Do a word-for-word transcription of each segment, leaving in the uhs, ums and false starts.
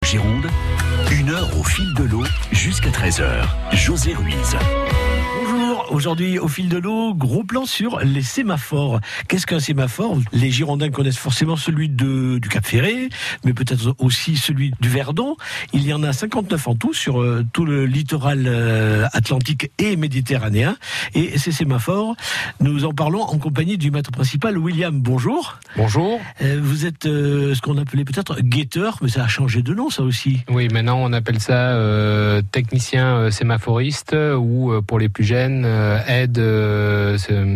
Gironde, une heure au fil de l'eau jusqu'à treize heures. José Ruiz. Bonjour, aujourd'hui au fil de l'eau, gros plan sur les sémaphores. Qu'est-ce qu'un sémaphore ? Les Girondins connaissent forcément celui de, du Cap-Ferré, mais peut-être aussi celui du Verdon. Il y en a cinquante-neuf en tout sur euh, tout le littoral euh, atlantique et méditerranéen. Et ces sémaphores, nous en parlons en compagnie du maître principal, William. Bonjour. Bonjour. Euh, vous êtes euh, ce qu'on appelait peut-être guetteur, mais ça a changé de nom ça aussi. Oui, maintenant on appelle ça euh, technicien euh, sémaphoriste ou euh, pour les plus jeunes, euh, aide euh,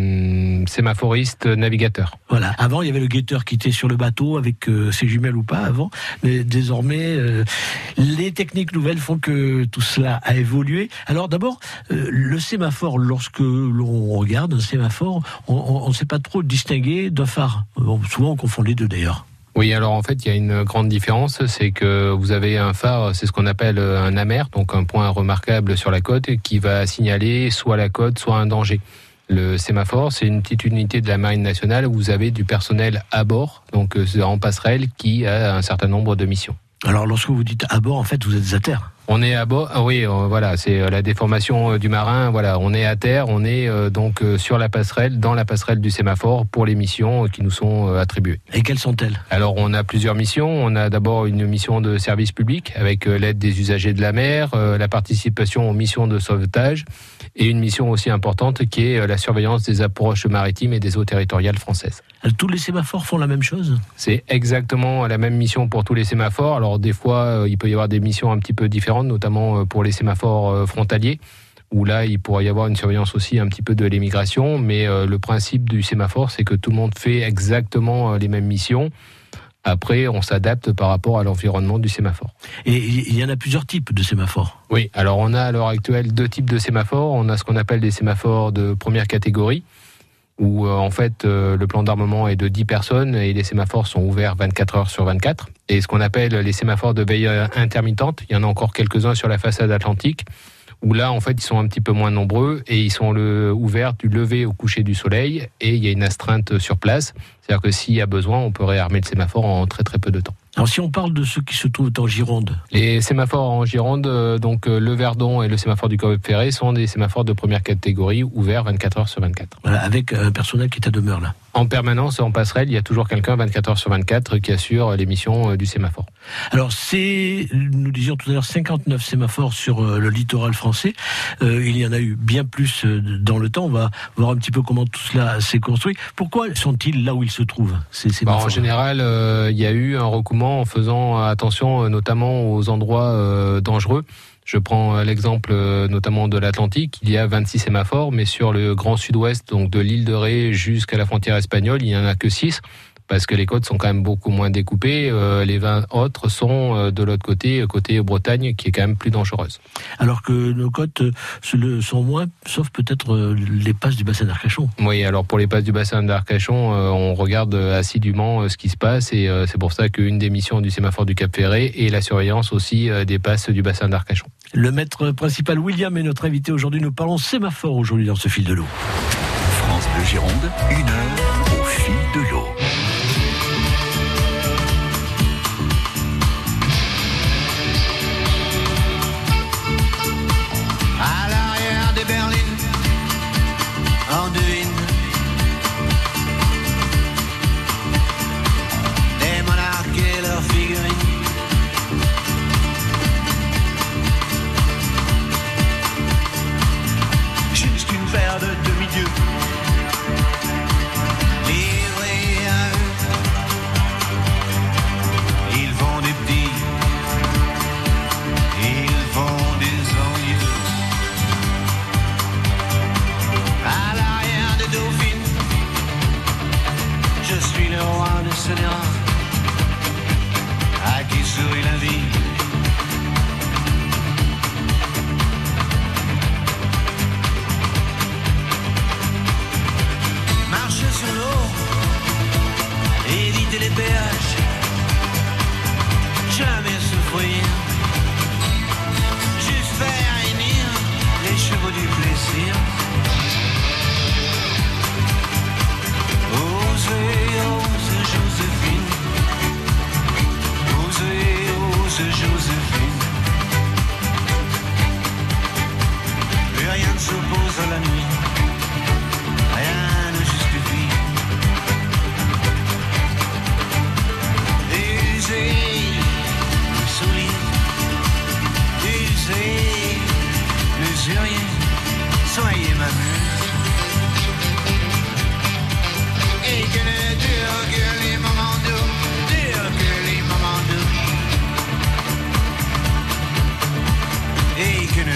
sémaphoriste navigateur. Voilà. Avant, il y avait le guetteur qui était sur le bateau avec euh, ses jumelles ou pas avant. Mais désormais, euh, les techniques nouvelles font que tout cela a évolué. Alors d'abord, euh, le sémaphore, lorsque l'on regarde un sémaphore, on ne sait pas trop distinguer d'un phare. Bon, souvent, on confond les deux d'ailleurs. Oui, alors en fait, il y a une grande différence, c'est que vous avez un phare, c'est ce qu'on appelle un amer, donc un point remarquable sur la côte qui va signaler soit la côte, soit un danger. Le sémaphore, c'est une petite unité de la Marine nationale où vous avez du personnel à bord, donc en passerelle, qui a un certain nombre de missions. Alors lorsque vous dites à bord, en fait, vous êtes à terre. On est à bord, ah oui, euh, voilà, c'est la déformation du marin. Voilà, on est à terre, on est euh, donc euh, sur la passerelle, dans la passerelle du sémaphore pour les missions euh, qui nous sont euh, attribuées. Et quelles sont-elles ? Alors, on a plusieurs missions. On a d'abord une mission de service public avec euh, l'aide des usagers de la mer, euh, la participation aux missions de sauvetage et une mission aussi importante qui est euh, la surveillance des approches maritimes et des eaux territoriales françaises. Tous les sémaphores font la même chose ? C'est exactement la même mission pour tous les sémaphores. Alors, des fois, euh, il peut y avoir des missions un petit peu différentes, notamment pour les sémaphores frontaliers, où là, il pourrait y avoir une surveillance aussi un petit peu de l'émigration, mais euh, le principe du sémaphore, c'est que tout le monde fait exactement les mêmes missions. Après, on s'adapte par rapport à l'environnement du sémaphore. Et il y en a plusieurs types de sémaphores ? Oui, alors on a à l'heure actuelle deux types de sémaphores. On a ce qu'on appelle des sémaphores de première catégorie, où euh, en fait euh, le plan d'armement est de dix personnes et les sémaphores sont ouverts vingt-quatre heures sur vingt-quatre. Et ce qu'on appelle les sémaphores de veille intermittente, il y en a encore quelques-uns sur la façade atlantique, où là en fait ils sont un petit peu moins nombreux et ils sont le, ouverts du lever au coucher du soleil et il y a une astreinte sur place. C'est-à-dire que s'il y a besoin, on peut réarmer le sémaphore en très très peu de temps. Alors si on parle de ceux qui se trouvent en Gironde. Les sémaphores en Gironde, euh, donc euh, le Verdon et le sémaphore du Cap-Ferré sont des sémaphores de première catégorie ouverts vingt-quatre heures sur vingt-quatre. Voilà, avec un personnel qui est à demeure là. En permanence, en passerelle, il y a toujours quelqu'un vingt-quatre heures sur vingt-quatre qui assure les missions euh, du sémaphore. Alors c'est, nous disions tout à l'heure, cinquante-neuf sémaphores sur euh, le littoral français. Euh, il y en a eu bien plus euh, dans le temps. On va voir un petit peu comment tout cela s'est construit. Pourquoi sont-ils là où ils se trouvent, ces sémaphores ? Bah, en général, euh, il y a eu un recoupement en faisant attention euh, notamment aux endroits euh, dangereux. Je prends l'exemple euh, notamment de l'Atlantique. Il y a vingt-six sémaphores, mais sur le grand sud-ouest, donc de l'île de Ré jusqu'à la frontière espagnole, il n'y en a que six. Parce que les côtes sont quand même beaucoup moins découpées. Euh, les vingt autres sont euh, de l'autre côté, côté Bretagne, qui est quand même plus dangereuse. Alors que nos côtes euh, sont moins, sauf peut-être euh, les passes du bassin d'Arcachon. Oui, alors pour les passes du bassin d'Arcachon, euh, on regarde assidûment euh, ce qui se passe et euh, c'est pour ça qu'une des missions du sémaphore du Cap-Ferré est la surveillance aussi euh, des passes du bassin d'Arcachon. Le maître principal William est notre invité aujourd'hui. Nous parlons sémaphore aujourd'hui dans ce fil de l'eau. France Bleu Gironde, une heure au fil de l'eau. Juste une paire de demi-dieux livrés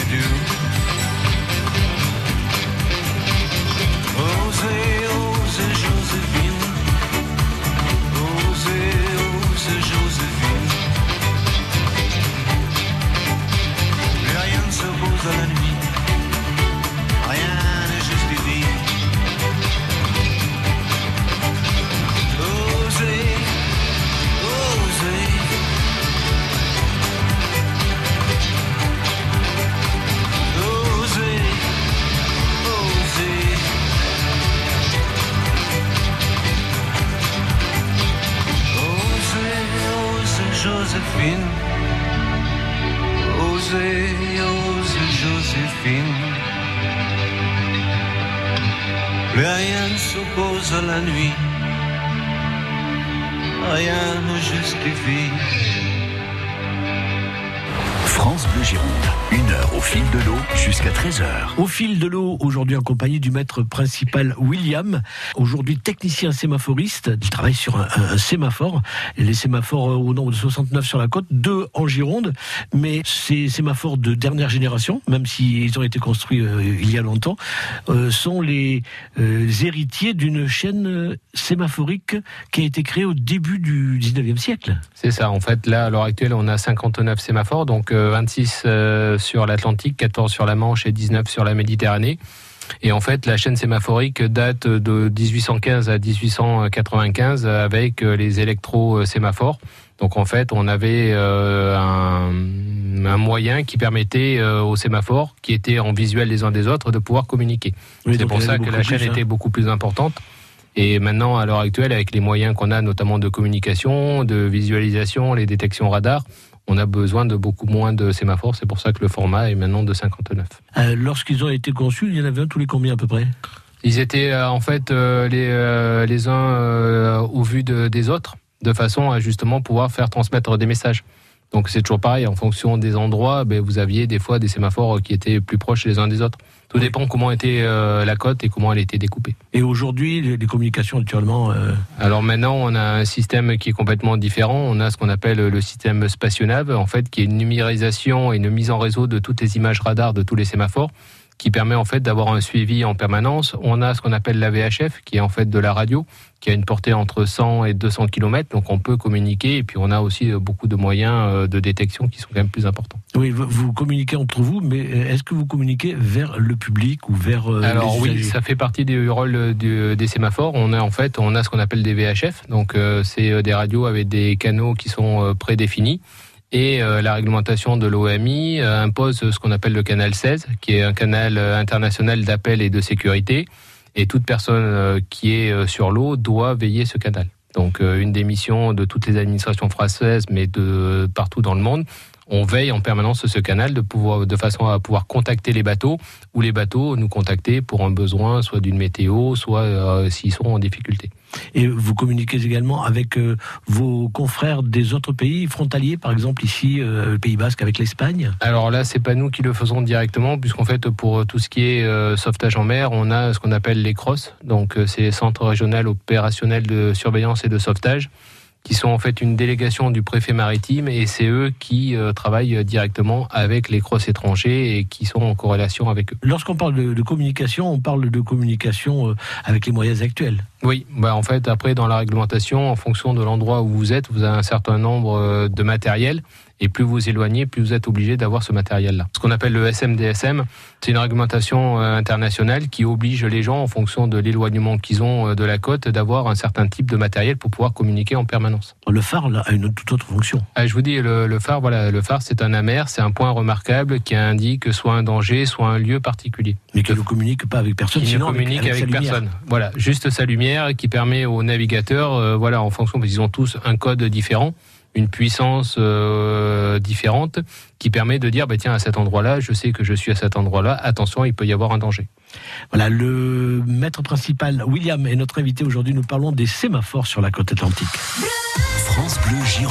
do. Osez, osez, Joséphine. Osez, osez, Joséphine. Plus rien ne s'oppose à la nuit. Rien ne justifie. Osez, osez. Osez, osez. Osez, osez, Joséphine. Osez, osez, Joséphine. Plus rien ne s'oppose à la nuit. Rien ne justifie. France Bleu Gironde, une heure au fil de l'eau jusqu'à treize heures. Au fil de l'eau, aujourd'hui en compagnie du maître principal William, aujourd'hui technicien sémaphoriste. Il travaille sur un, un, un sémaphore. Les sémaphores au nombre de soixante-neuf sur la côte, deux en Gironde, mais ces sémaphores de dernière génération, même s'ils ont été construits euh, il y a longtemps, euh, sont les, euh, les héritiers d'une chaîne sémaphorique qui a été créée au début du dix-neuvième siècle. C'est ça, en fait, là, à l'heure actuelle, on a cinquante-neuf sémaphores, donc euh, vingt-six euh, sur l'Atlantique, quatorze sur la Manche et dix-neuf sur la Méditerranée. Et en fait, la chaîne sémaphorique date de dix-huit cent quinze à dix-huit cent quatre-vingt-quinze avec les électro-sémaphores. Donc en fait, on avait euh, un, un moyen qui permettait euh, aux sémaphores, qui étaient en visuel les uns des autres, de pouvoir communiquer. Oui, c'est pour ça que la chaîne plus, hein. était beaucoup plus importante. Et maintenant, à l'heure actuelle, avec les moyens qu'on a, notamment de communication, de visualisation, les détections radar, on a besoin de beaucoup moins de sémaphores. C'est pour ça que le format est maintenant de cinquante-neuf. Euh, lorsqu'ils ont été conçus, il y en avait un tous les combien à peu près ? Ils étaient euh, en fait euh, les, euh, les uns euh, au vu de, des autres, de façon à justement pouvoir faire transmettre des messages. Donc c'est toujours pareil, en fonction des endroits, ben, vous aviez des fois des sémaphores qui étaient plus proches les uns des autres. Tout dépend comment était euh, la côte et comment elle était découpée. Et aujourd'hui, les, les communications actuellement euh... Alors maintenant, on a un système qui est complètement différent. On a ce qu'on appelle le système SpationAV, en fait, qui est une numérisation et une mise en réseau de toutes les images radars de tous les sémaphores, qui permet en fait d'avoir un suivi en permanence. On a ce qu'on appelle l'A V H F, qui est en fait de la radio, qui a une portée entre cent et deux cents kilomètres, donc on peut communiquer, et puis on a aussi beaucoup de moyens de détection qui sont quand même plus importants. Oui, vous communiquez entre vous, mais est-ce que vous communiquez vers le public ou vers euh, Alors les oui, usagers ? Ça fait partie du rôle du, des sémaphores. On a en fait, on a ce qu'on appelle des V H F, donc euh, c'est des radios avec des canaux qui sont euh, prédéfinis. Et euh, la réglementation de l'O M I euh, impose ce qu'on appelle le canal seize, qui est un canal euh, international d'appel et de sécurité. Et toute personne euh, qui est euh, sur l'eau doit veiller ce canal. Donc euh, une des missions de toutes les administrations françaises, mais de partout dans le monde, on veille en permanence ce canal de, pouvoir, de façon à pouvoir contacter les bateaux, ou les bateaux nous contacter pour un besoin, soit d'une météo, soit euh, s'ils sont en difficulté. Et vous communiquez également avec euh, vos confrères des autres pays frontaliers, par exemple ici, euh, le Pays Basque avec l'Espagne ? Alors là, c'est pas nous qui le faisons directement, puisqu'en fait, pour tout ce qui est euh, sauvetage en mer, on a ce qu'on appelle les C R O S, donc euh, c'est les Centres régionaux opérationnels de surveillance et de sauvetage, qui sont en fait une délégation du préfet maritime, et c'est eux qui euh, travaillent directement avec les C R O S étrangers et qui sont en corrélation avec eux. Lorsqu'on parle de, de communication, on parle de communication euh, avec les moyens actuels. Oui, bah en fait, après, dans la réglementation, en fonction de l'endroit où vous êtes, vous avez un certain nombre de matériel, et plus vous éloignez, plus vous êtes obligé d'avoir ce matériel-là. Ce qu'on appelle le S M D S M, c'est une réglementation internationale qui oblige les gens, en fonction de l'éloignement qu'ils ont de la côte, d'avoir un certain type de matériel pour pouvoir communiquer en permanence. Le phare là, a une toute autre fonction. Ah, je vous dis, le, le phare, voilà, le phare, c'est un amer, c'est un point remarquable qui indique soit un danger, soit un lieu particulier. Mais qui ne communique pas avec personne, qui sinon ne communique avec, avec, avec sa personne. lumière. Voilà, juste sa lumière qui permet aux navigateurs, euh, voilà, en fonction, parce qu'ils ont tous un code différent, une puissance euh, différente, qui permet de dire, bah, tiens, à cet endroit-là, je sais que je suis à cet endroit-là, attention, il peut y avoir un danger. Voilà, le maître principal, William, est notre invité aujourd'hui. Nous parlons des sémaphores sur la côte atlantique. France Bleu Gironde.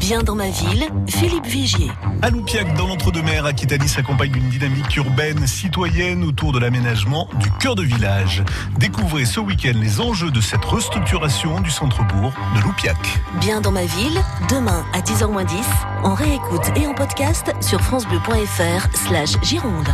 Bien dans ma ville, Philippe Vigier. À Loupiac, dans l'Entre-deux-Mers, Aquitanie s'accompagne d'une dynamique urbaine citoyenne autour de l'aménagement du cœur de village. Découvrez ce week-end les enjeux de cette restructuration du centre-bourg de Loupiac. Bien dans ma ville, demain à dix heures moins dix, en réécoute et en podcast sur francebleu.fr slash Gironde.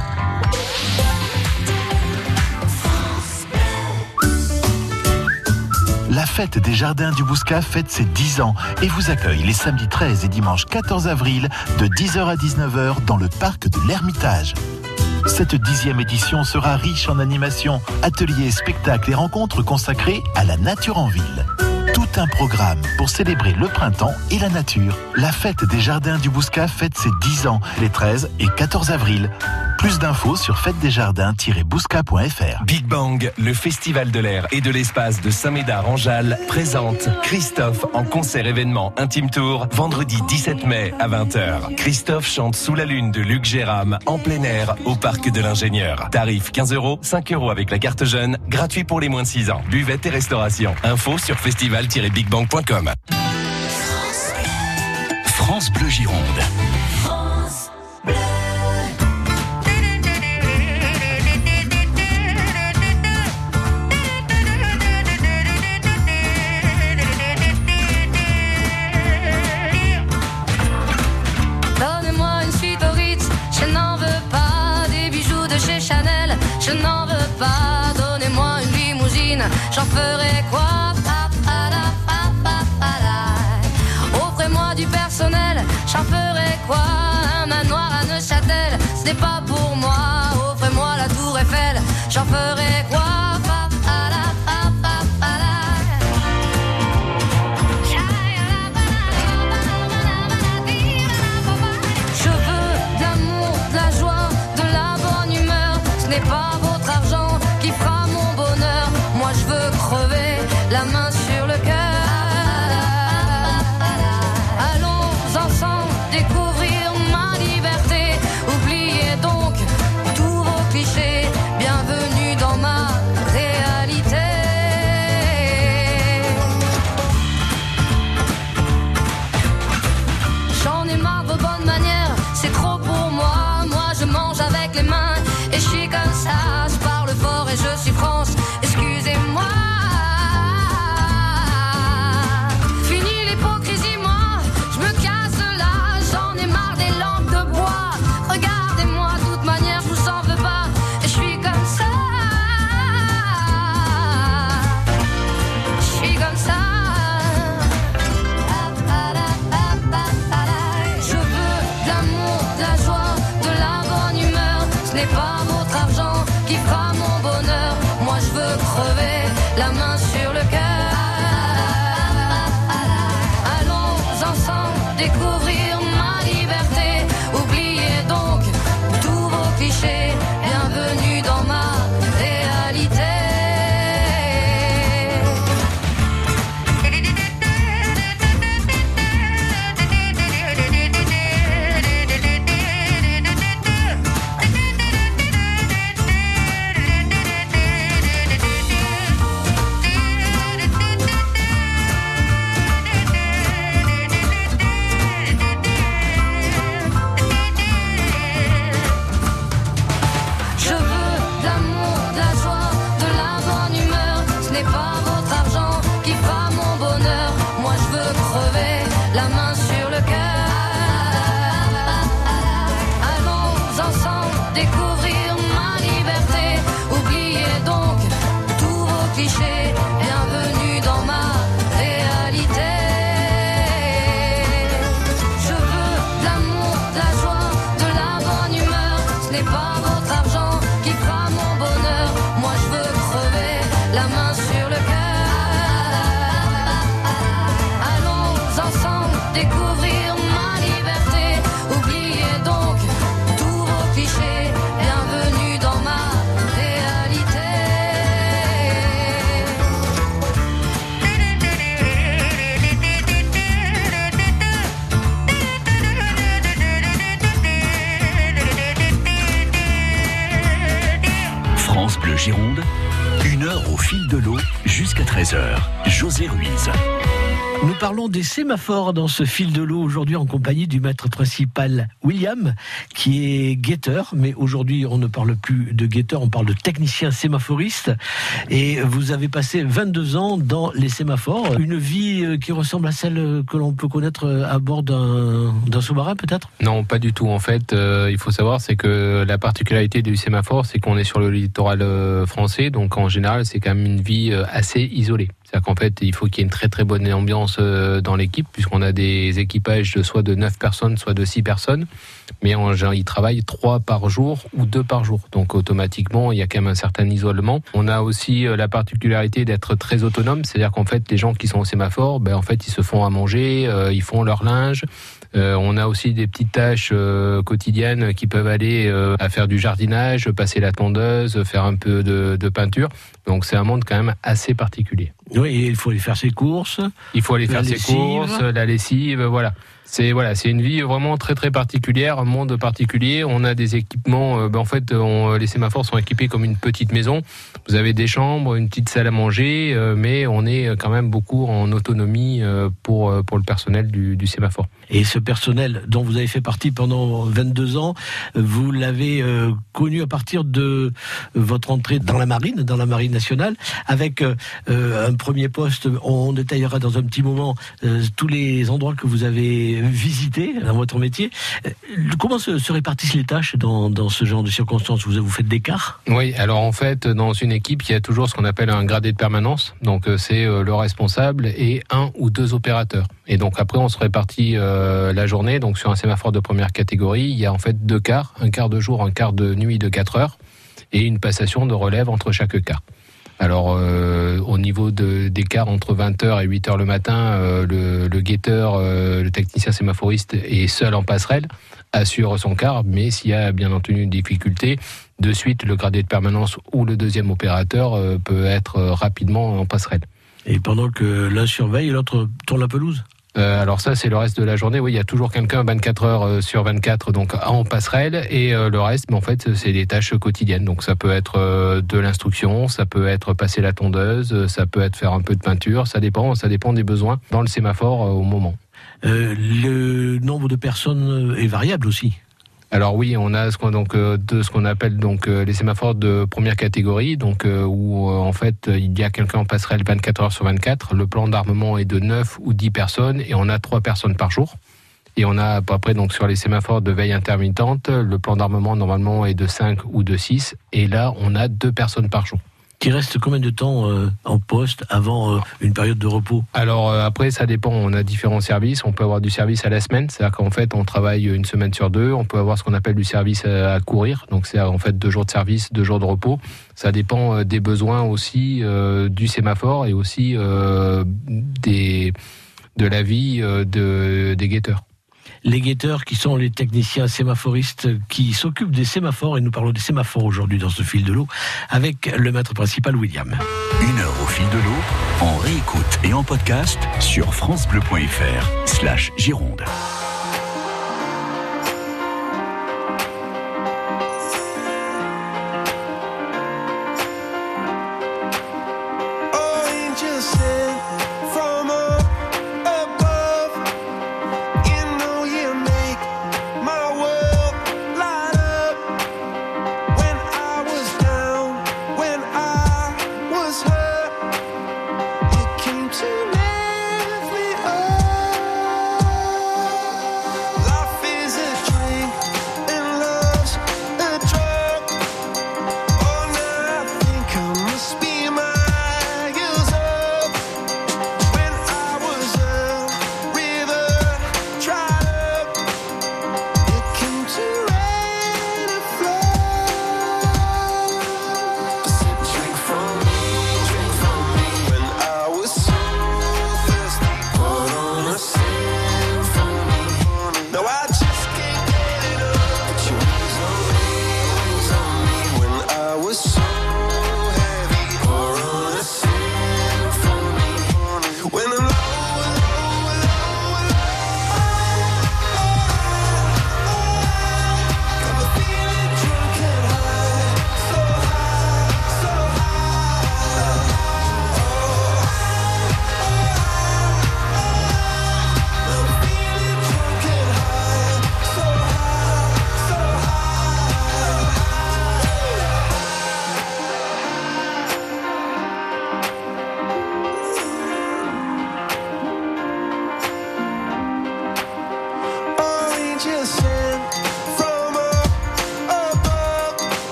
La fête des Jardins du Bouscat fête ses dix ans et vous accueille les samedis treize et dimanche quatorze avril de dix heures à dix-neuf heures dans le parc de l'Ermitage. Cette dixième édition sera riche en animations, ateliers, spectacles et rencontres consacrés à la nature en ville. Tout un programme pour célébrer le printemps et la nature. La fête des Jardins du Bouscat fête ses dix ans les treize et quatorze avril. Plus d'infos sur fête des jardins tiret bouscat point f r. Big Bang, le festival de l'air et de l'espace de Saint-Médard-en-Jalles présente Christophe en concert événement Intime Tour, vendredi dix-sept mai à vingt heures. Christophe chante Sous la lune de Luc Géram en plein air au parc de l'Ingénieur. Tarif quinze euros, cinq euros avec la carte jeune, gratuit pour les moins de six ans. Buvette et restauration. Info sur festival tiret big bang point com. France Bleu Gironde. Je n'en veux pas, donnez-moi une limousine, j'en ferai quoi? Offrez-moi du personnel, j'en ferai quoi? Un manoir à Neuchâtel, ce n'est pas pour moi. Offrez-moi la tour Eiffel, j'en ferai quoi? Je veux de l'amour, de la joie, de la bonne humeur. Ce n'est pas votre argent qui fera mon bonheur. Moi je veux crever la main sur le cœur. Allons ensemble découvrir ma liberté. Oubliez donc tous vos clichés. Bienvenue dans ma réalité. J'en ai marre de vos bonnes manières, c'est trop pour moi. Moi je mange avec les mains et je suis comme ça. Je parle fort et je suis France, excusez-moi. Fini l'hypocrisie, moi, je me casse là. J'en ai marre des lampes de bois. Regardez-moi, de toute manière, je vous en veux pas. Et je suis comme ça. Je suis comme ça. Je veux de l'amour, de la joie, de la bonne humeur. Ce n'est pas votre argent qui fera mon bonheur. Moi je veux crever la main sur le cœur. Allons ensemble découvrir ma liberté. Oubliez donc tous vos clichés. Bienvenue dans ma réalité. Je veux de l'amour, de la joie, de la bonne humeur. Ce n'est pas votre argent qui fera mon bonheur. Moi je veux crever la main sur le cœur. Allons ensemble découvrir ma liberté. Oubliez donc tous vos clichés. Bienvenue dans ma réalité. Je veux de l'amour, de la joie, de la bonne humeur. Ce n'est pas votre argent qui fera mon bonheur. Moi je veux crever la main sur le cœur. Allons ensemble découvrir ma liberté. Oubliez donc tous vos clichés. Bienvenue dans ma réalité. France Bleu Gironde, une heure au fil de l'eau jusqu'à treize heures. José Ruiz. Nous parlons des sémaphores dans ce fil de l'eau aujourd'hui en compagnie du maître principal William, qui est guetteur, mais aujourd'hui on ne parle plus de guetteur, on parle de technicien sémaphoriste. Et vous avez passé vingt-deux ans dans les sémaphores, une vie qui ressemble à celle que l'on peut connaître à bord d'un, d'un sous-marin peut-être ? Non, pas du tout. En fait, euh, il faut savoir, c'est que la particularité du sémaphore, c'est qu'on est sur le littoral euh, français, donc en général, c'est quand même une vie euh, assez isolée. C'est-à-dire qu'en fait, il faut qu'il y ait une très très bonne ambiance dans l'équipe, puisqu'on a des équipages de soit de neuf personnes, soit de six personnes. Mais en général, ils travaillent trois par jour ou deux par jour. Donc automatiquement, il y a quand même un certain isolement. On a aussi la particularité d'être très autonome, c'est-à-dire qu'en fait, les gens qui sont au sémaphore, ben, en fait, ils se font à manger, euh, ils font leur linge. Euh, on a aussi des petites tâches euh, quotidiennes qui peuvent aller euh, à faire du jardinage, passer la tondeuse, faire un peu de, de peinture. Donc c'est un monde quand même assez particulier. Oui, et il faut aller faire ses courses. Il faut aller faire lessive. ses courses, la lessive, voilà. C'est voilà, c'est une vie vraiment très très particulière, un monde particulier. On a des équipements. Euh, ben en fait, on, les sémaphores sont équipés comme une petite maison. Vous avez des chambres, une petite salle à manger, euh, mais on est quand même beaucoup en autonomie euh, pour pour le personnel du, du sémaphore. Et ce personnel dont vous avez fait partie pendant vingt-deux ans, vous l'avez euh, connu à partir de votre entrée dans la marine, dans la marine nationale, avec euh, un premier poste. On détaillera dans un petit moment euh, tous les endroits que vous avez visités dans votre métier. Comment se, se répartissent les tâches dans, dans ce genre de circonstances ? Vous, vous faites des quarts ? Oui, alors en fait, dans une équipe, il y a toujours ce qu'on appelle un gradé de permanence. Donc c'est le responsable et un ou deux opérateurs. Et donc après, on se répartit euh, la journée. Donc sur un sémaphore de première catégorie, il y a en fait deux quarts, un quart de jour, un quart de nuit de quatre heures, et une passation de relève entre chaque quart. Alors euh, au niveau de, d'écart entre vingt heures et huit heures le matin, euh, le, le guetteur, euh, le technicien sémaphoriste est seul en passerelle, assure son quart, mais s'il y a bien entendu une difficulté, de suite le gradé de permanence ou le deuxième opérateur euh, peut être rapidement en passerelle. Et pendant que l'un surveille, l'autre tourne la pelouse ? Euh, alors ça, c'est le reste de la journée. Oui, il y a toujours quelqu'un vingt-quatre heures sur vingt-quatre, donc en passerelle, et euh, le reste, mais en fait, c'est des tâches quotidiennes. Donc ça peut être euh, de l'instruction, ça peut être passer la tondeuse, ça peut être faire un peu de peinture. Ça dépend, ça dépend des besoins dans le sémaphore euh, au moment. Euh, le nombre de personnes est variable aussi. Alors oui, on a ce qu'on donc euh, de ce qu'on appelle donc euh, les sémaphores de première catégorie, donc euh, où euh, en fait il y a quelqu'un en passerelle vingt-quatre heures sur vingt-quatre. Le plan d'armement est de neuf ou dix personnes et on a trois personnes par jour. Et on a après donc sur les sémaphores de veille intermittente, le plan d'armement normalement est de cinq ou de six et là on a deux personnes par jour. Qui reste combien de temps euh, en poste avant euh, une période de repos ? Alors euh, après ça dépend, on a différents services, on peut avoir du service à la semaine, c'est-à-dire qu'en fait on travaille une semaine sur deux, on peut avoir ce qu'on appelle du service à, à courir, donc c'est en fait deux jours de service, deux jours de repos. Ça dépend euh, des besoins aussi euh, du sémaphore et aussi euh, des, de la vie euh, de, des guetteurs. Les guetteurs qui sont les techniciens sémaphoristes qui s'occupent des sémaphores, et nous parlons des sémaphores aujourd'hui dans ce fil de l'eau avec le maître principal William. Une heure au fil de l'eau, en réécoute et en podcast sur francebleu.fr slash Gironde. To lift me up.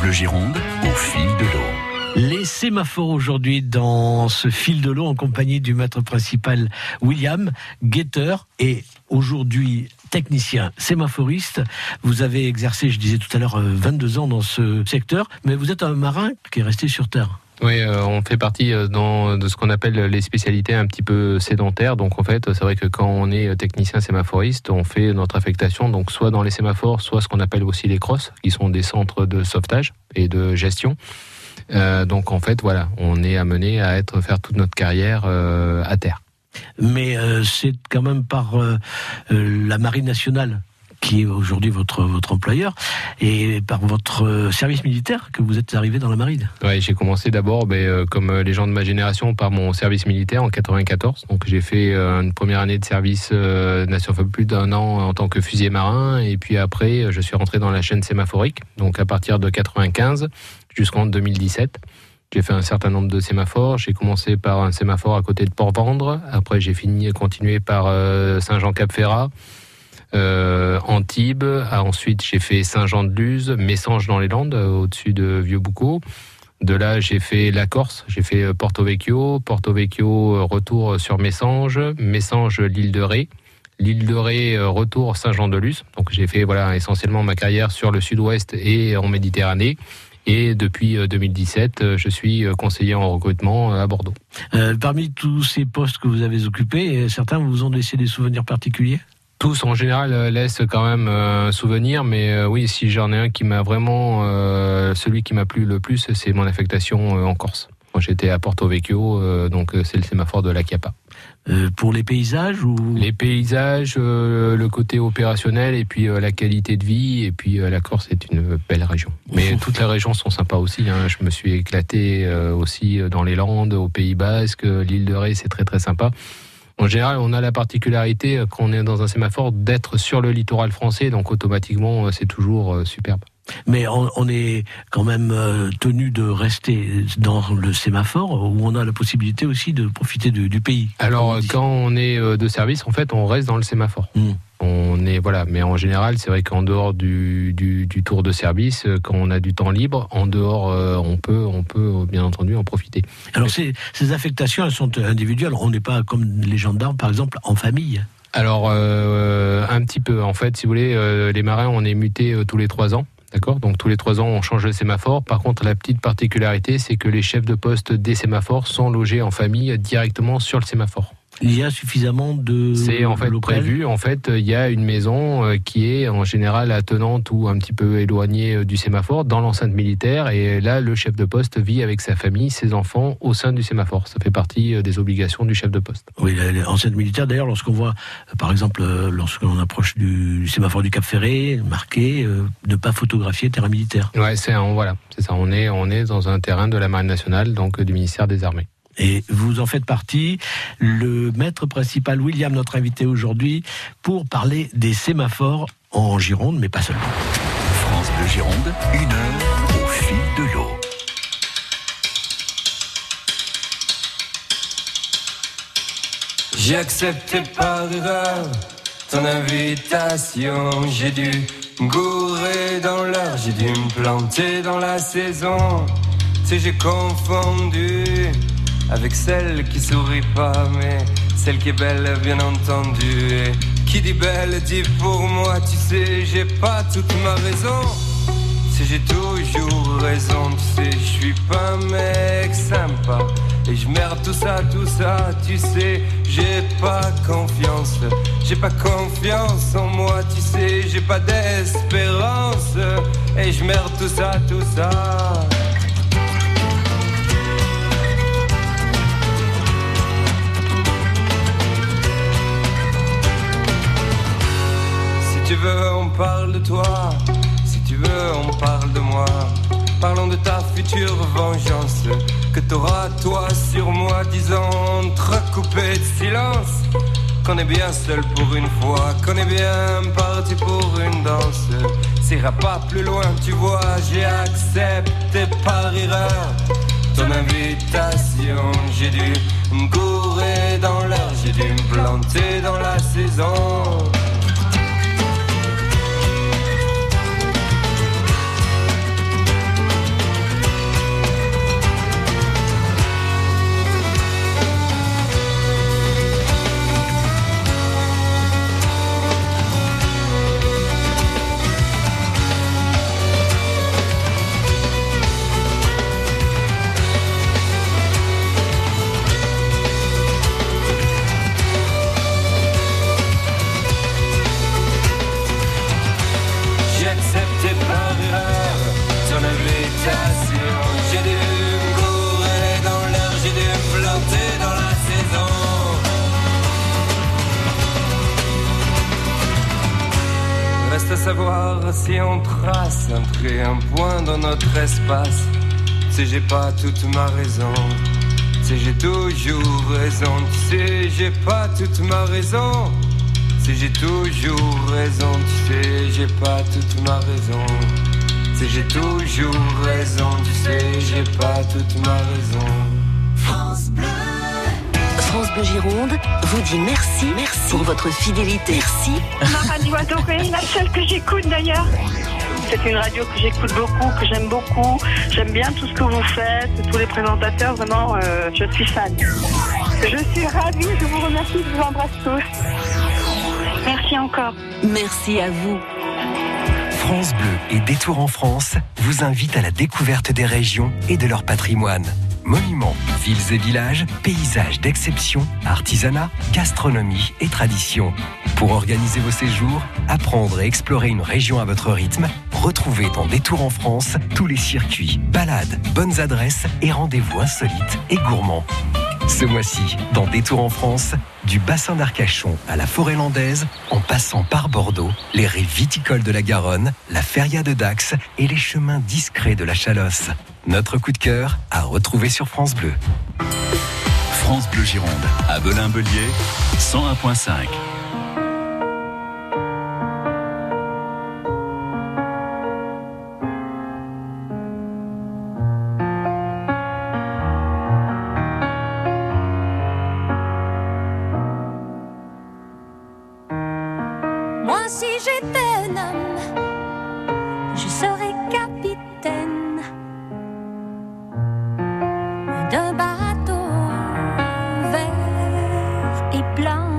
Bleu Gironde, au fil de l'eau. Les sémaphores aujourd'hui dans ce fil de l'eau en compagnie du maître principal William, guetteur et aujourd'hui technicien sémaphoriste. Vous avez exercé, je disais tout à l'heure, vingt-deux ans dans ce secteur, mais vous êtes un marin qui est resté sur terre. Oui, euh, on fait partie euh, dans, de ce qu'on appelle les spécialités un petit peu sédentaires. Donc en fait, c'est vrai que quand on est technicien sémaphoriste, on fait notre affectation donc soit dans les sémaphores, soit ce qu'on appelle aussi les crosses, qui sont des centres de sauvetage et de gestion. Euh, donc en fait, voilà, on est amené à être faire toute notre carrière euh, à terre. Mais euh, c'est quand même par euh, euh, la Marine nationale qui est aujourd'hui votre, votre employeur, et par votre service militaire que vous êtes arrivé dans la marine. Oui, j'ai commencé d'abord, ben, euh, comme les gens de ma génération, par mon service militaire en quatre-vingt-quatorze. Donc j'ai fait euh, une première année de service euh, national, plus d'un an en tant que fusilier marin, et puis après je suis rentré dans la chaîne sémaphorique, donc à partir de quatre-vingt-quinze jusqu'en deux mille dix-sept. J'ai fait un certain nombre de sémaphores. J'ai commencé par un sémaphore à côté de Port-Vendre. Après, j'ai fini, continué par euh, Saint-Jean-Cap-Ferrat, euh, Antibes. Ah, ensuite, j'ai fait Saint-Jean-de-Luz, Messanges dans les Landes, euh, au-dessus de Vieux-Boucau. De là, j'ai fait la Corse. J'ai fait euh, Porto Vecchio. Porto Vecchio, euh, retour sur Messanges. Messanges, l'île de Ré. L'île de Ré, euh, retour Saint-Jean-de-Luz. Donc, j'ai fait voilà, essentiellement ma carrière sur le sud-ouest et en Méditerranée. Et depuis deux mille dix-sept, je suis conseiller en recrutement à Bordeaux. Euh, parmi tous ces postes que vous avez occupés, certains vous ont laissé des souvenirs particuliers ? Tous, en général, laissent quand même un souvenir, mais euh, oui, si j'en ai un qui m'a vraiment... Euh, celui qui m'a plu le plus, c'est mon affectation en Corse. Moi, j'étais à Porto Vecchio, euh, donc c'est le sémaphore de la Chiappa. Euh, pour les paysages ou... Les paysages, euh, le côté opérationnel et puis euh, la qualité de vie, et puis euh, la Corse est une belle région. Mais Ouf. Toutes les régions sont sympas aussi, hein. Je me suis éclaté euh, aussi dans les Landes, au Pays Basque, l'île de Ré, c'est très très sympa. En général, on a la particularité, quand on est dans un sémaphore, d'être sur le littoral français, donc automatiquement, c'est toujours euh, superbe. Mais on, on est quand même euh, tenu de rester dans le sémaphore où on a la possibilité aussi de profiter de, du pays. Alors quand on est euh, de service, en fait, on reste dans le sémaphore. Mmh. On est voilà, mais en général, c'est vrai qu'en dehors du, du, du tour de service, quand on a du temps libre, en dehors, euh, on peut, on peut bien entendu en profiter. Alors ces, ces affectations, elles sont individuelles. On n'est pas comme les gendarmes, par exemple, en famille. Alors euh, un petit peu. En fait, si vous voulez, euh, les marins, on est mutés euh, tous les trois ans. D'accord ? Donc tous les trois ans, on change le sémaphore. Par contre, la petite particularité, c'est que les chefs de poste des sémaphores sont logés en famille directement sur le sémaphore. Il y a suffisamment de... C'est en fait prévu. En fait, il y a une maison qui est en général attenante ou un petit peu éloignée du sémaphore dans l'enceinte militaire. Et là, le chef de poste vit avec sa famille, ses enfants au sein du sémaphore. Ça fait partie des obligations du chef de poste. Oui, l'enceinte militaire, d'ailleurs, lorsqu'on voit, par exemple, lorsqu'on approche du sémaphore du Cap Ferré, marqué euh, ne pas photographier terrain militaire. Ouais, c'est un, voilà, c'est ça. On est, on est dans un terrain de la Marine nationale, donc du ministère des Armées. Et vous en faites partie, le maître principal William, notre invité aujourd'hui, pour parler des sémaphores en Gironde, mais pas seulement. France Bleu Gironde, une heure au fil de l'eau. J'ai accepté par erreur ton invitation, j'ai dû me gourer dans l'heure, j'ai dû me planter dans la saison, tu sais j'ai confondu avec celle qui sourit pas, mais celle qui est belle, bien entendu. Et qui dit belle, dit pour moi, tu sais, j'ai pas toute ma raison. Tu sais, j'ai toujours raison, tu sais, je suis pas un mec sympa. Et je merde tout ça, tout ça, tu sais, j'ai pas confiance. J'ai pas confiance en moi, tu sais, j'ai pas d'espérance. Et je merde tout ça, tout ça. Si tu veux, on parle de toi. Si tu veux, on parle de moi. Parlons de ta future vengeance que t'auras toi sur moi, disant entrecoupé de silence qu'on est bien seul pour une fois, qu'on est bien parti pour une danse. Ça ira pas plus loin, tu vois, j'ai accepté par erreur ton invitation. J'ai dû me gourer dans l'heure, j'ai dû me planter dans la saison. savoir si on trace un trait, un point dans notre espace. Tu sais, j'ai pas toute ma raison. Tu sais, j'ai toujours raison. Tu sais, j'ai pas toute ma raison. Tu sais, j'ai toujours raison. Tu sais, j'ai pas toute ma raison. Tu sais, j'ai toujours raison. Tu sais, j'ai pas toute ma raison. France Bleu. France Bleu Gironde vous dit merci, merci pour votre fidélité. Merci. Ma radio adorée, la seule que j'écoute d'ailleurs. C'est une radio que j'écoute beaucoup, que j'aime beaucoup. J'aime bien tout ce que vous faites, tous les présentateurs, vraiment, euh, je suis fan. Je suis ravie, je vous remercie, je vous embrasse tous. Merci encore. Merci à vous. France Bleu et Détour en France vous invitent à la découverte des régions et de leur patrimoine. Monuments, villes et villages, paysages d'exception, artisanat, gastronomie et tradition. Pour organiser vos séjours, apprendre et explorer une région à votre rythme, retrouvez dans Détour en France tous les circuits, balades, bonnes adresses et rendez-vous insolites et gourmands. Ce mois-ci, dans Détour en France, du bassin d'Arcachon à la forêt landaise, en passant par Bordeaux, les raies viticoles de la Garonne, la feria de Dax et les chemins discrets de la Chalosse. Notre coup de cœur à retrouver sur France Bleu. France Bleu Gironde, à Belin-Bellier, cent un virgule cinq. Moi, si j'étais un homme, je serais capitaine d'un bateau vert et blanc,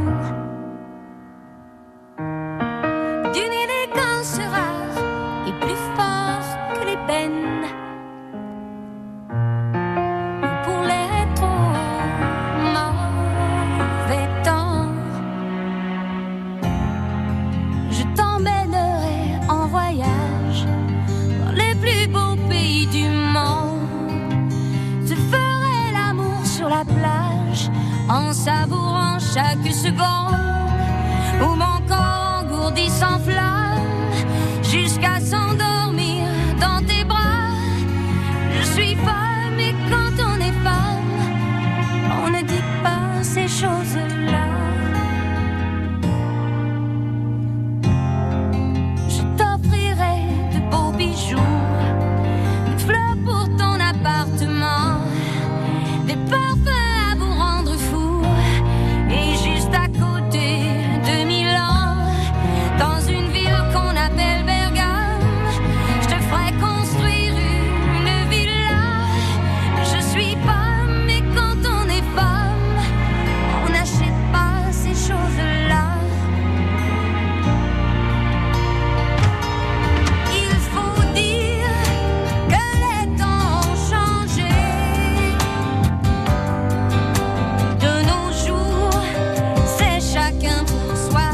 d'une élégance rare et plus fort que l'ébène. Pour les trop mauvais temps, je t'emmènerai en voyage dans les plus beaux pays du monde. Je ferai l'amour sur la plage en savourant chaque seconde où mon corps engourdi s'enflamme jusqu'à s'endormir dans tes bras. Je suis femme et quand on est femme, on ne dit pas ces choses-là. Je t'offrirai de beaux bijoux, des fleurs pour ton appartement, des parfums à vous rendre fou. Et juste à côté de Milan, dans une ville qu'on appelle Bergame, je te ferai construire une villa. Je suis femme et quand on est femme, on n'achète pas ces choses-là. Il faut dire que les temps ont changé. De nos jours, c'est chacun pour soi.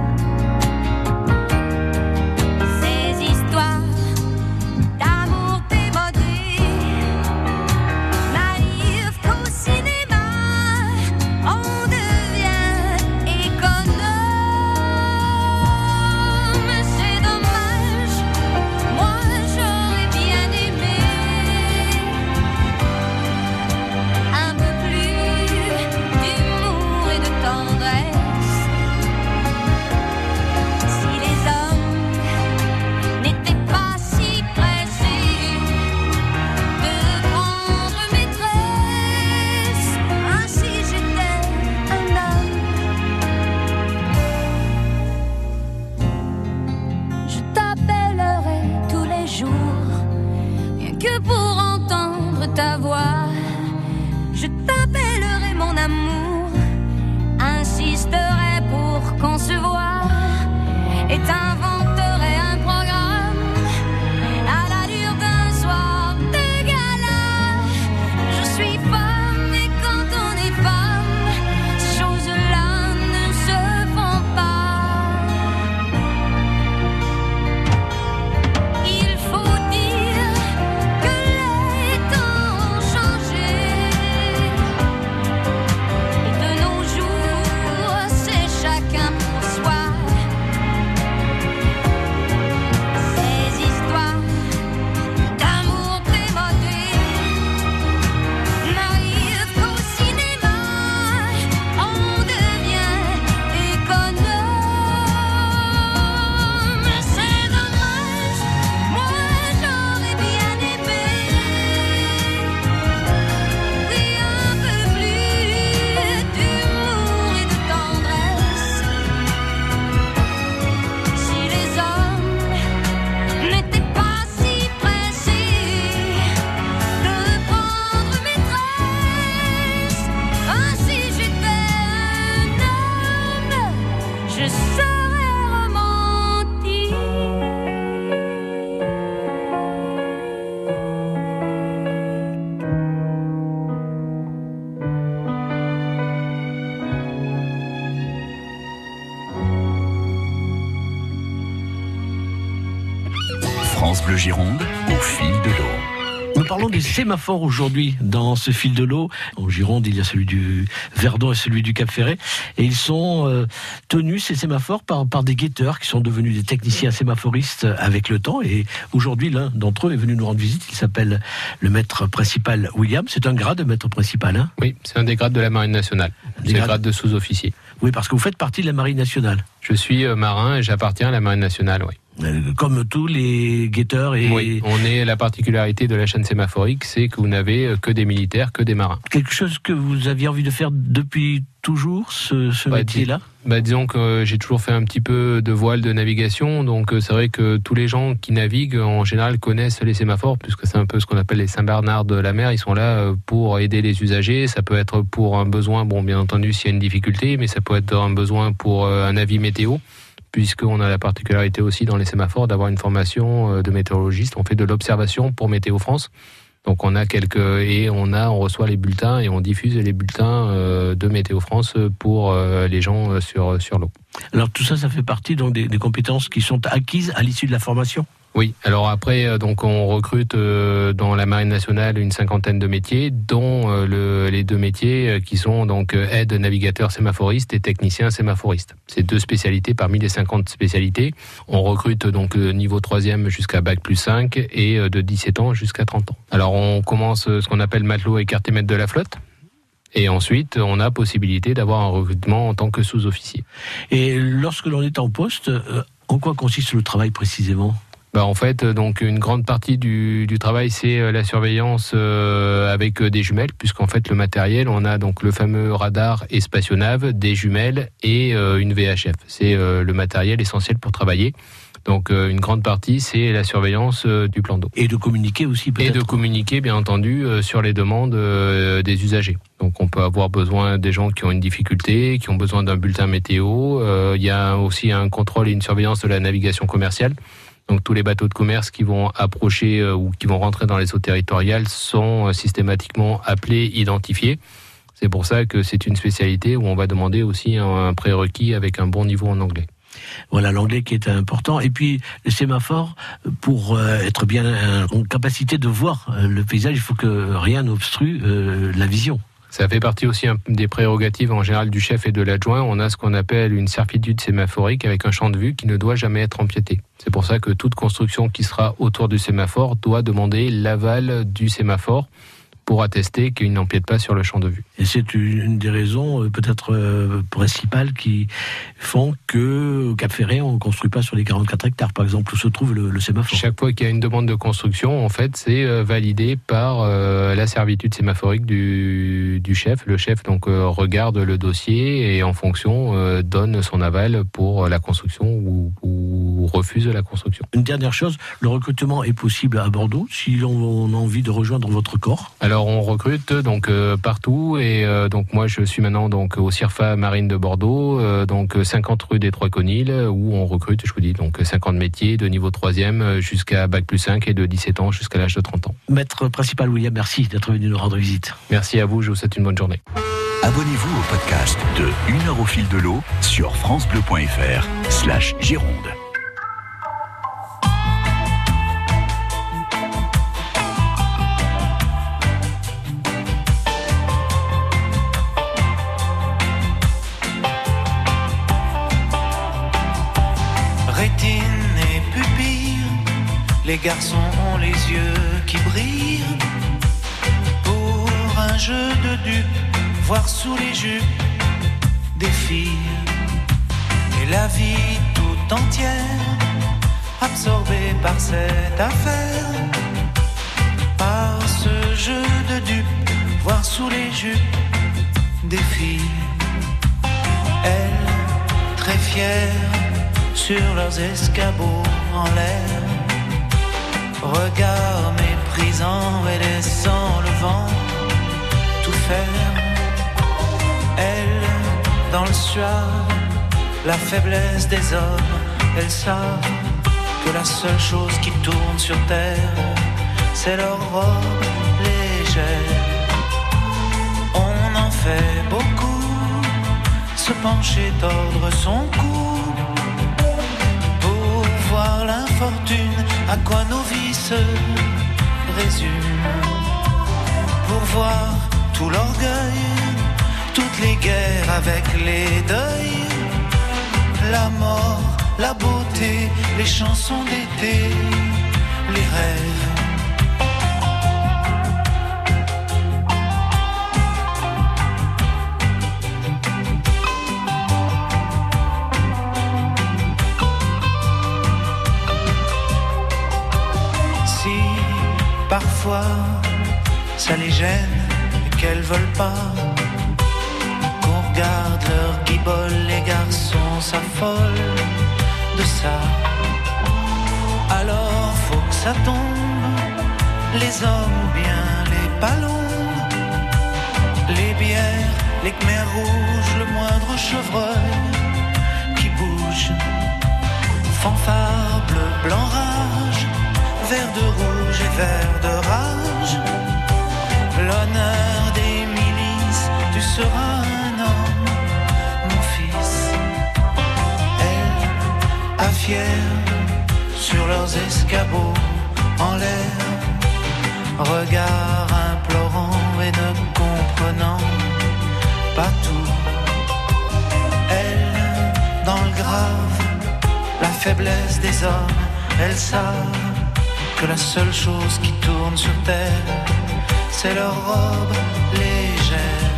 Ces histoires d'amour démodées n'arrivent qu'au cinéma. On devient économe. C'est dommage, moi j'aurais bien aimé un peu plus d'humour et de tendresse. Si les hommes n'étaient pas si pressés de prendre maîtresse, ainsi j'étais un homme. Je t'appellerai tous les jours, rien que pour entendre ta voix. Je t'appellerai mon amour, insisterai pour qu'on se voie et t'inventerai un programme à l'allure d'un soir de gala. Je suis femme et quand on est femme, ces choses-là ne se font pas. Il faut dire que les temps ont changé. Et de nos jours, c'est chacun pour soi. Bleu Gironde, au fil de l'eau. Nous parlons des sémaphores aujourd'hui dans ce fil de l'eau. En Gironde, il y a celui du Verdon et celui du Cap-Ferret. Et ils sont euh, tenus, ces sémaphores, par, par des guetteurs qui sont devenus des techniciens sémaphoristes avec le temps. Et aujourd'hui, l'un d'entre eux est venu nous rendre visite. Il s'appelle le maître principal William. C'est un grade de maître principal, hein ? Oui, c'est un des grades de la Marine nationale. C'est le grade de sous-officier. Oui, parce que vous faites partie de la Marine nationale. Je suis euh, marin et j'appartiens à la Marine nationale, oui. Comme tous les guetteurs et... Oui, on est la particularité de la chaîne sémaphorique, c'est que vous n'avez que des militaires, que des marins. Quelque chose que vous aviez envie de faire depuis toujours, ce, ce bah, métier-là ? bah, Disons que j'ai toujours fait un petit peu de voile de navigation, donc c'est vrai que tous les gens qui naviguent, en général, connaissent les sémaphores, puisque c'est un peu ce qu'on appelle les Saint-Bernard de la mer. Ils sont là pour aider les usagers. Ça peut être pour un besoin, bon, bien entendu, s'il y a une difficulté, mais ça peut être un besoin pour un avis météo, puisqu'on a la particularité aussi dans les sémaphores d'avoir une formation de météorologiste. On fait de l'observation pour Météo France. Donc on a quelques et on a on reçoit les bulletins et on diffuse les bulletins de Météo France pour les gens sur sur l'eau. Alors tout ça, ça fait partie donc des, des compétences qui sont acquises à l'issue de la formation. Oui, alors après, donc on recrute dans la Marine nationale une cinquantaine de métiers, dont le, les deux métiers qui sont donc aide navigateur sémaphoriste et technicien sémaphoriste. C'est deux spécialités parmi les cinquante spécialités. On recrute donc niveau troisième jusqu'à bac plus cinq et de dix-sept ans jusqu'à trente ans. Alors on commence ce qu'on appelle matelot et quartier-maître de la flotte. Et ensuite, on a possibilité d'avoir un recrutement en tant que sous-officier. Et lorsque l'on est en poste, en quoi consiste le travail précisément ? Bah en fait, donc une grande partie du, du travail, c'est la surveillance euh, avec des jumelles, puisqu'en fait le matériel, on a donc le fameux radar et spationave, des jumelles et euh, une V H F. C'est euh, le matériel essentiel pour travailler. Donc euh, une grande partie, c'est la surveillance euh, du plan d'eau. Et de communiquer aussi peut-être. Et de communiquer, bien entendu, euh, sur les demandes euh, des usagers. Donc on peut avoir besoin des gens qui ont une difficulté, qui ont besoin d'un bulletin météo. Euh, il y a aussi un contrôle et une surveillance de la navigation commerciale. Donc tous les bateaux de commerce qui vont approcher euh, ou qui vont rentrer dans les eaux territoriales sont euh, systématiquement appelés, identifiés. C'est pour ça que c'est une spécialité où on va demander aussi un, un prérequis avec un bon niveau en anglais. Voilà, l'anglais qui est important. Et puis, le sémaphore, pour euh, être bien euh, en capacité de voir euh, le paysage, il faut que rien n'obstrue euh, la vision. Ça fait partie aussi des prérogatives en général du chef et de l'adjoint. On a ce qu'on appelle une certitude sémaphorique avec un champ de vue qui ne doit jamais être empiété. C'est pour ça que toute construction qui sera autour du sémaphore doit demander l'aval du sémaphore pour attester qu'il n'empiète pas sur le champ de vue. Et c'est une des raisons euh, peut-être euh, principales qui font que au Cap-Ferret, on ne construit pas sur les quarante-quatre hectares, par exemple, où se trouve le, le sémaphore. Chaque fois qu'il y a une demande de construction, en fait, c'est euh, validé par euh, la servitude sémaphorique du, du chef. Le chef donc euh, regarde le dossier et en fonction euh, donne son aval pour la construction ou, ou refuse la construction. Une dernière chose, le recrutement est possible à Bordeaux si l'on a envie de rejoindre votre corps. Alors on recrute donc euh, partout et euh, donc moi je suis maintenant donc au CIRFA Marine de Bordeaux, euh, donc cinquante rue des Trois Conils où on recrute, je vous dis, donc cinquante métiers de niveau troisième jusqu'à bac plus cinq et de dix-sept ans jusqu'à l'âge de trente ans. Maître principal William, merci d'être venu nous rendre visite. Merci à vous, je vous souhaite une bonne journée. Abonnez-vous au podcast de Une heure au fil de l'eau sur francebleu.fr slash Gironde. Rétine et pupille, les garçons ont les yeux qui brillent. Pour un jeu de dupes, voir sous les jupes des filles. Et la vie tout entière, absorbée par cette affaire. Par ce jeu de dupes, voir sous les jupes des filles. Elles, très fières, sur leurs escabeaux en l'air, regard méprisant et laissant le vent tout faire. Elles, dans le soir, la faiblesse des hommes, elles savent que la seule chose qui tourne sur terre, c'est leur robe légère. On en fait beaucoup, se pencher, tordre son cou, voir l'infortune, à quoi nos vies se résume pour voir tout l'orgueil, toutes les guerres avec les deuils, la mort, la beauté, les chansons d'été, les rêves. Si parfois ça les gêne et qu'elles veulent pas qu'on regarde leur guibole, les garçons s'affolent de ça. Alors faut que ça tombe, les hommes ou bien les ballons, les bières, les khmers rouges, le moindre chevreuil qui bouge, fanfare, bleu, blanc, rage, vert de rouge et vert de rage. L'honneur des milices, tu seras un homme, mon fils. Elle, à fière, sur leurs escabeaux en l'air, regard implorant et ne comprenant pas tout. Elle, dans le grave, la faiblesse des hommes, elles savent que la seule chose qui tourne sur terre, c'est leur robe légère.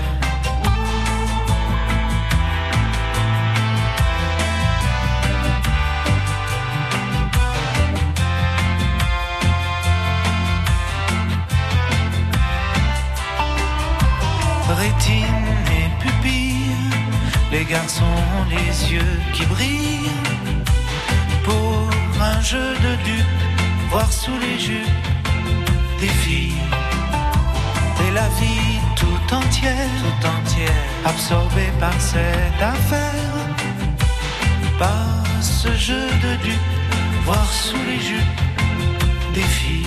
Rétine et pupille, les garçons ont les yeux qui brillent pour un jeu de dupes, voir sous les jupes des filles. Et la vie tout entière, tout entière, absorbée par cette affaire, par ce jeu de dupes, voir sous les jupes des filles.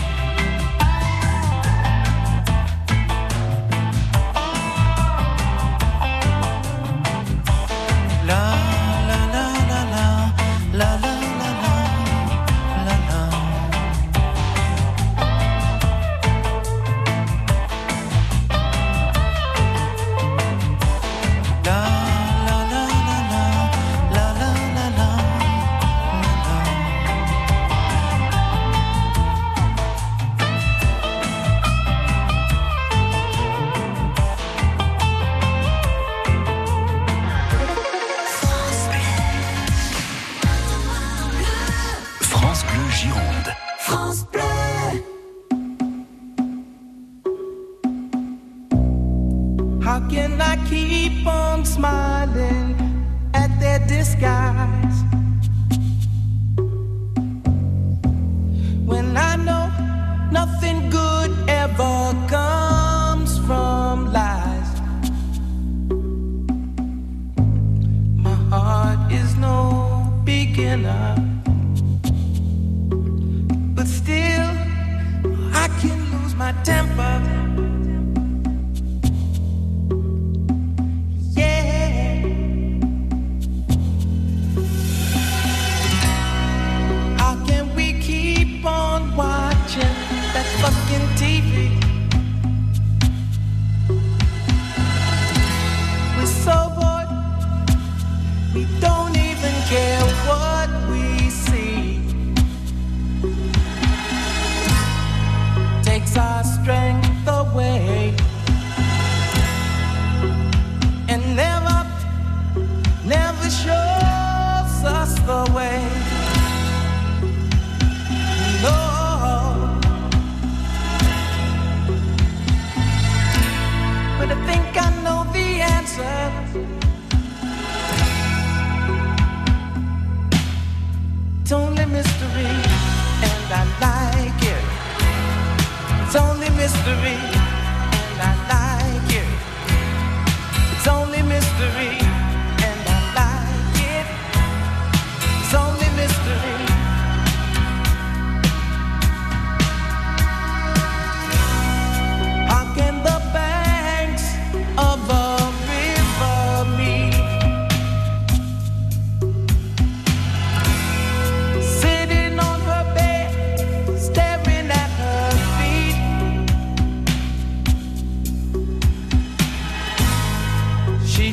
Our strength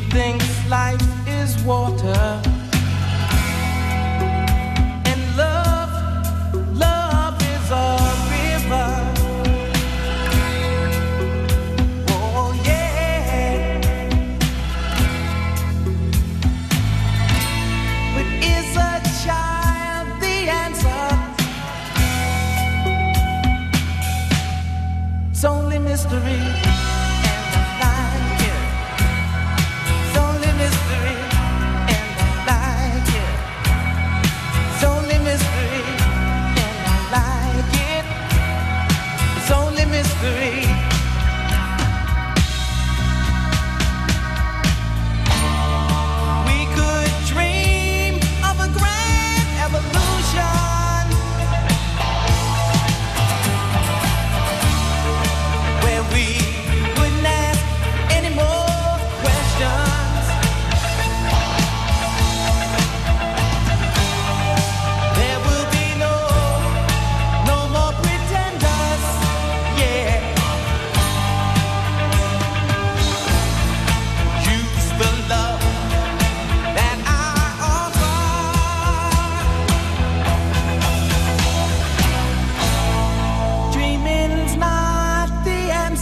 thinks life is water. And love, love is a river. Oh yeah. But is a child the answer? It's only mystery.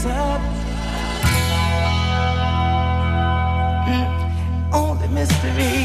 Mystery.